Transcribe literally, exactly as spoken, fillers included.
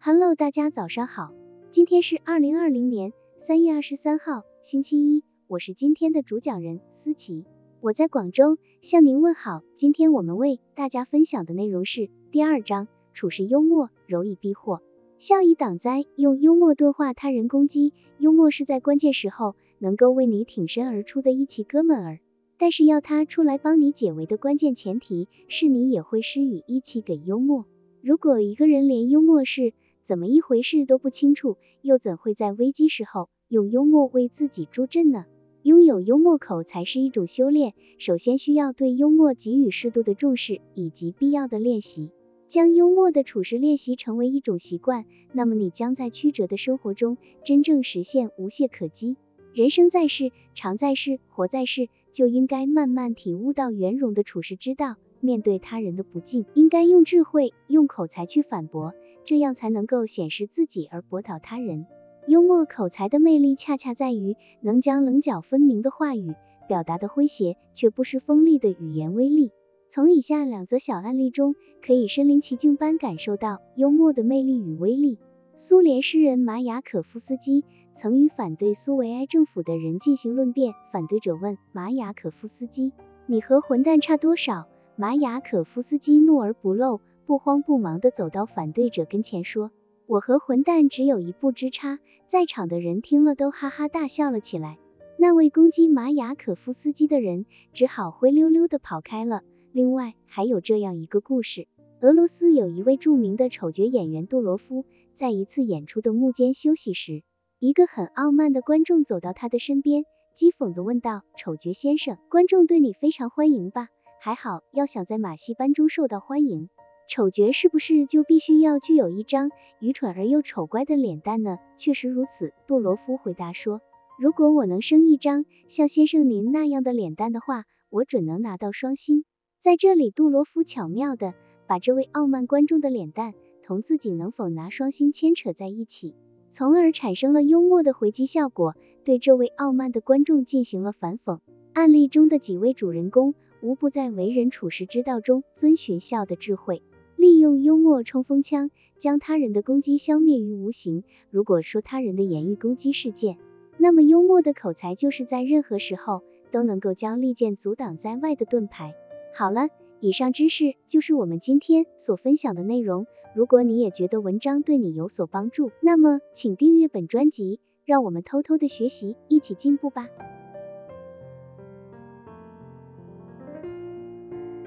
Hello， 大家早上好，今天是二零二零年三月二十三号，星期一，我是今天的主讲人思琪，我在广州向您问好。今天我们为大家分享的内容是第二章，处事幽默，柔以避祸，笑以挡灾，用幽默钝化他人攻击。幽默是在关键时候能够为你挺身而出的一起哥们儿，但是要他出来帮你解围的关键前提是你也会施予义气给幽默。如果一个人连幽默是怎么一回事都不清楚，又怎会在危机时候用幽默为自己助阵呢？拥有幽默口才是一种修炼，首先需要对幽默给予适度的重视以及必要的练习。将幽默的处事练习成为一种习惯，那么你将在曲折的生活中真正实现无懈可击。人生在世，常在世，活在世，就应该慢慢体悟到圆融的处世之道。面对他人的不敬，应该用智慧、用口才去反驳，这样才能够显示自己而博讨他人。幽默口才的魅力恰恰在于能将棱角分明的话语表达的诙谐，却不失锋利的语言威力。从以下两则小案例中，可以身临其境般感受到幽默的魅力与威力。苏联诗人马雅可夫斯基曾与反对苏维埃政府的人进行论辩，反对者问马雅可夫斯基：“你和混蛋差多少？”马雅可夫斯基怒而不露，不慌不忙地走到反对者跟前说：“我和混蛋只有一步之差。”在场的人听了都哈哈大笑了起来。那位攻击马雅可夫斯基的人只好灰溜溜地跑开了。另外还有这样一个故事，俄罗斯有一位著名的丑角演员杜罗夫，在一次演出的幕间休息时，一个很傲慢的观众走到他的身边，讥讽地问道：“丑角先生，观众对你非常欢迎吧？还好，要想在马戏班中受到欢迎，丑角是不是就必须要具有一张愚蠢而又丑怪的脸蛋呢？”确实如此，杜罗夫回答说，如果我能生一张像先生您那样的脸蛋的话，我准能拿到双薪。在这里，杜罗夫巧妙地把这位傲慢观众的脸蛋同自己能否拿双薪牵扯在一起，从而产生了幽默的回击效果，对这位傲慢的观众进行了反讽。案例中的几位主人公无不在为人处世之道中遵循笑的智慧，利用幽默冲锋枪，将他人的攻击消灭于无形。如果说他人的言语攻击事件，那么幽默的口才就是在任何时候都能够将利剑阻挡在外的盾牌。好了，以上知识就是我们今天所分享的内容。如果你也觉得文章对你有所帮助，那么请订阅本专辑，让我们偷偷的学习，一起进步吧。